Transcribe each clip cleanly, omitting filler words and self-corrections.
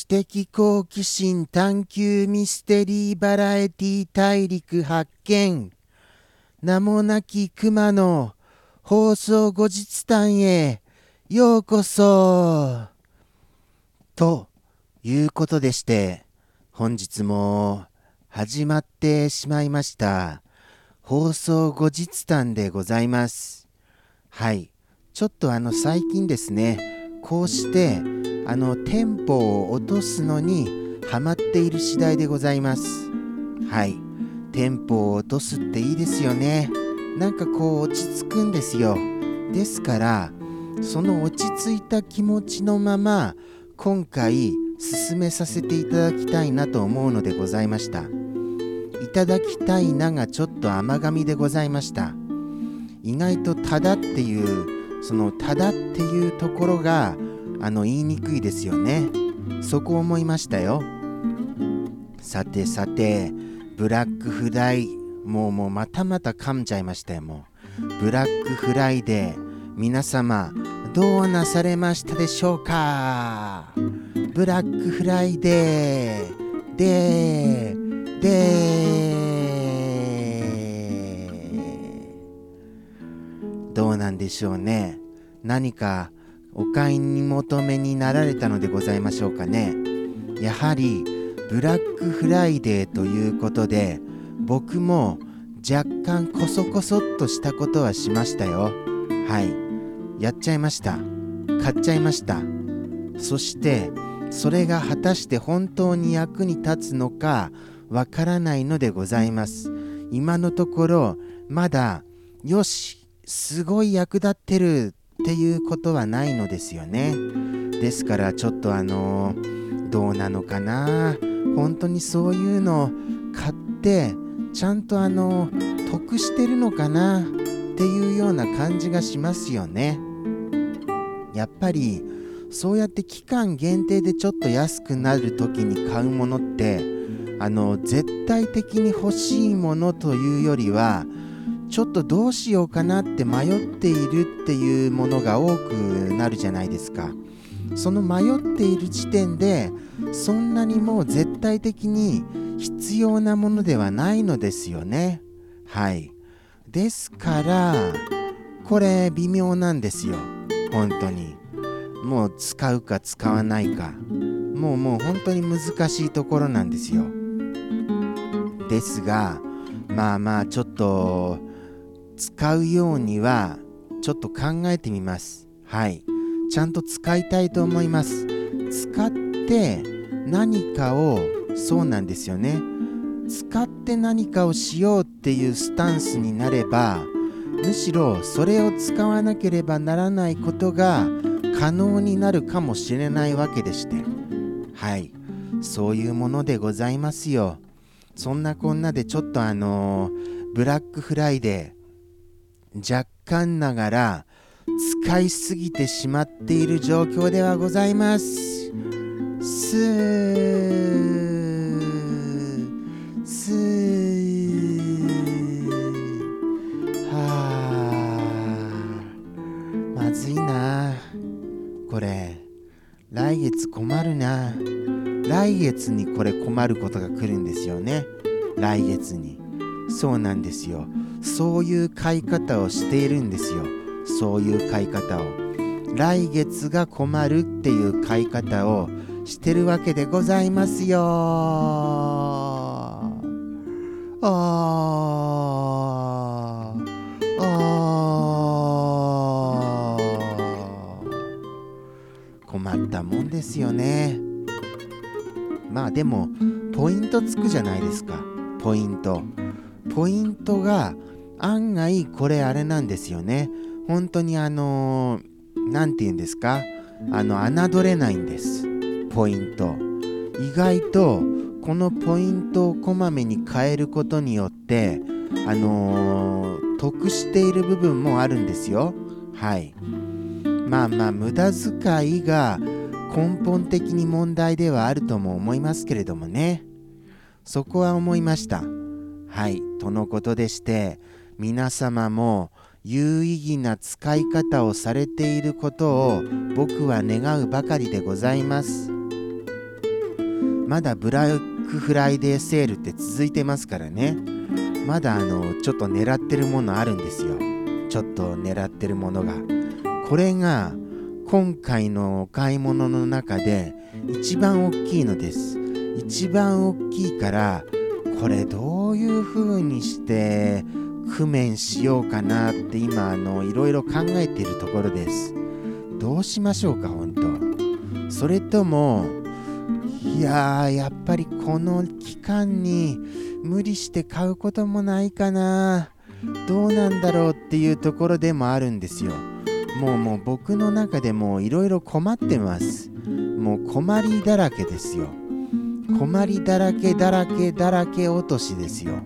的好奇心探求ミステリーバラエティ大陸発見。名もなき熊の放送後日談へようこそ。ということでして、本日も始まってしまいました放送後日談でございます。はい、ちょっと最近ですね、こうしてテンポを落とすのにハマっている次第でございます。はい、テンポを落とすっていいですよね。なんかこう落ち着くんですよ。ですからその落ち着いた気持ちのまま今回進めさせていただきたいなと思うのでございました。いただきたいながちょっと甘噛みでございました。意外とただっていうそのただっていうところが言いにくいですよね。そこ思いましたよ。さてさて、ブラックフライもうまた噛んじゃいましたよ。もうブラックフライデー、皆様どうなされましたでしょうか。ブラックフライデーどうなんでしょうね。何かお買い求めになられたのでございましょうかね。やはりブラックフライデーということで、僕も若干コソコソっとしたことはしましたよ。はい、やっちゃいました。買っちゃいました。そしてそれが果たして本当に役に立つのかわからないのでございます。今のところまだよしすごい役立ってるっていうことはないのですよね。ですからちょっとどうなのかな。本当にそういうの買ってちゃんと得してるのかなっていうような感じがしますよね。やっぱりそうやって期間限定でちょっと安くなる時に買うものって絶対的に欲しいものというよりはちょっとどうしようかなって迷っているっていうものが多くなるじゃないですか。その迷っている時点でそんなにもう絶対的に必要なものではないのですよね。はい、ですからこれ微妙なんですよ。本当にもう使うか使わないかもう本当に難しいところなんですよ。ですがちょっと使うようにはちょっと考えてみます。はい、ちゃんと使いたいと思います。使って何かを、そうなんですよね、使って何かをしようっていうスタンスになれば、むしろそれを使わなければならないことが可能になるかもしれないわけでして、はい、そういうものでございますよ。そんなこんなでちょっとブラックフライデー若干ながら使いすぎてしまっている状況ではございます。まずいなこれ。来月困るな。来月にこれ困ることが来るんですよね。来月に。そうなんですよ。そういう買い方をしているんですよ。そういう買い方を。来月が困るっていう買い方をしてるわけでございますよ。困ったもんですよね。でもポイントつくじゃないですか。ポイントが案外これあれなんですよね。本当になんて言うんですか、侮れないんです。ポイント意外とこのポイントをこまめに変えることによって得している部分もあるんですよ。はい、無駄遣いが根本的に問題ではあるとも思いますけれどもね。そこは思いました。はい、とのことでして、皆様も有意義な使い方をされていることを僕は願うばかりでございます。 まだブラックフライデーセールって続いてますからね。まだちょっと狙ってるものあるんですよ。ちょっと狙ってるものが。これが今回のお買い物の中で一番大きいのです。一番大きいから、これどういう風にして工面しようかなって今いろいろ考えているところです。どうしましょうか、本当。それともやっぱりこの期間に無理して買うこともないかな、どうなんだろうっていうところでもあるんですよ。もう僕の中でもいろいろ困ってます。もう困りだらけですよ。困りだらけ落としですよ。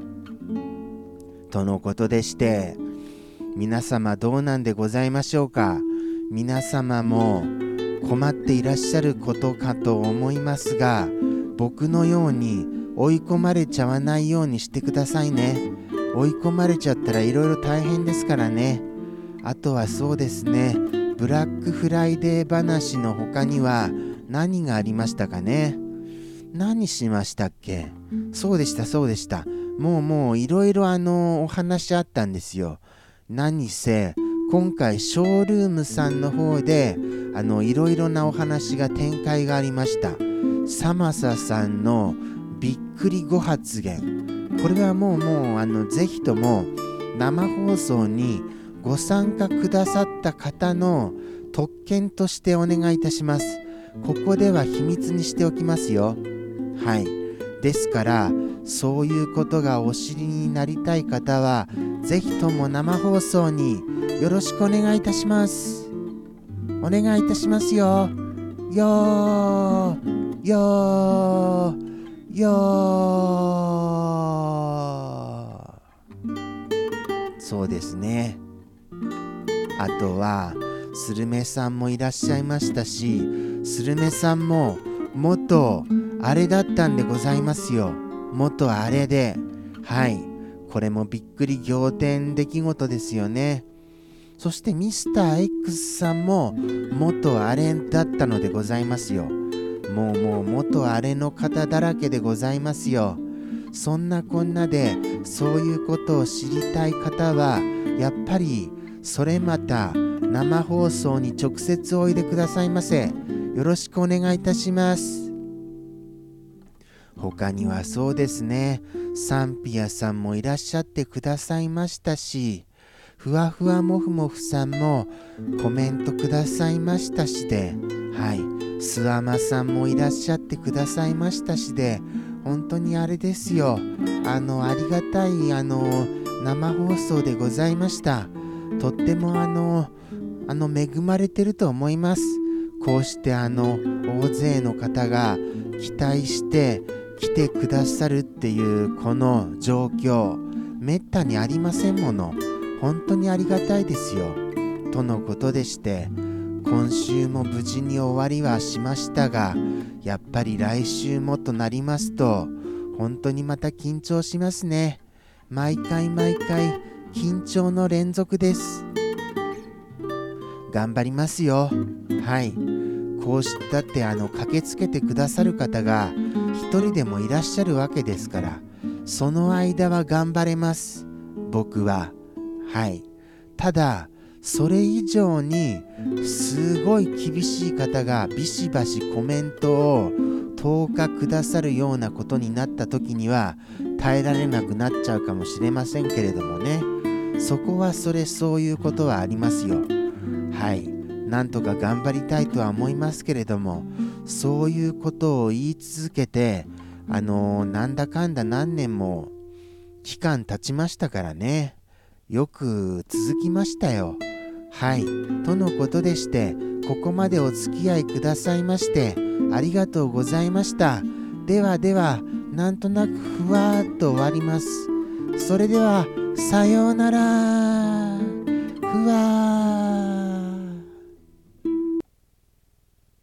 とのことでして、皆様どうなんでございましょうか。皆様も困っていらっしゃることかと思いますが、僕のように追い込まれちゃわないようにしてくださいね。追い込まれちゃったらいろいろ大変ですからね。あとはそうですね、ブラックフライデー話の他には何がありましたかね。何しましたっけ。そうでした。もういろいろお話あったんですよ。何せ今回ショールームさんの方でいろいろなお話が展開がありました。サマサさんのびっくりご発言、これはもうぜひとも生放送にご参加くださった方の特権としてお願いいたします。ここでは秘密にしておきますよ。はい。ですからそういうことがお知りになりたい方はぜひとも生放送によろしくお願いいたします。お願いいたしますよ。そうですね。あとはスルメさんもいらっしゃいましたし、スルメさんも元あれだったんでございますよ。元あれで、はい、これもびっくり仰天出来事ですよね。そしてミスター X さんも元あれだったのでございますよ。もう元あれの方だらけでございますよ。そんなこんなでそういうことを知りたい方はやっぱりそれまた生放送に直接おいでくださいませ。よろしくお願いいたします。他にはそうですね、サンピアさんもいらっしゃってくださいましたし、ふわふわもふもふさんもコメントくださいましたしで、はい、スワマさんもいらっしゃってくださいましたしで、本当にあれですよ、ありがたい生放送でございました。とっても恵まれてると思います。こうして大勢の方が期待して来てくださるっていうこの状況、めったにありませんもの。本当にありがたいですよ。とのことでして、今週も無事に終わりはしましたが、やっぱり来週もとなりますと本当にまた緊張しますね。毎回緊張の連続です。頑張りますよ。はい、こうしたって駆けつけてくださる方が一人でもいらっしゃるわけですから、その間は頑張れます、僕は。はい。ただそれ以上にすごい厳しい方がビシバシコメントを投下くださるようなことになった時には耐えられなくなっちゃうかもしれませんけれどもね、そこはそういうことはありますよ。はい、なんとか頑張りたいとは思いますけれども、そういうことを言い続けてなんだかんだ何年も期間経ちましたからね、よく続きましたよ。はい、とのことでして、ここまでお付き合いくださいましてありがとうございました。ではなんとなくふわーっと終わります。それではさようなら。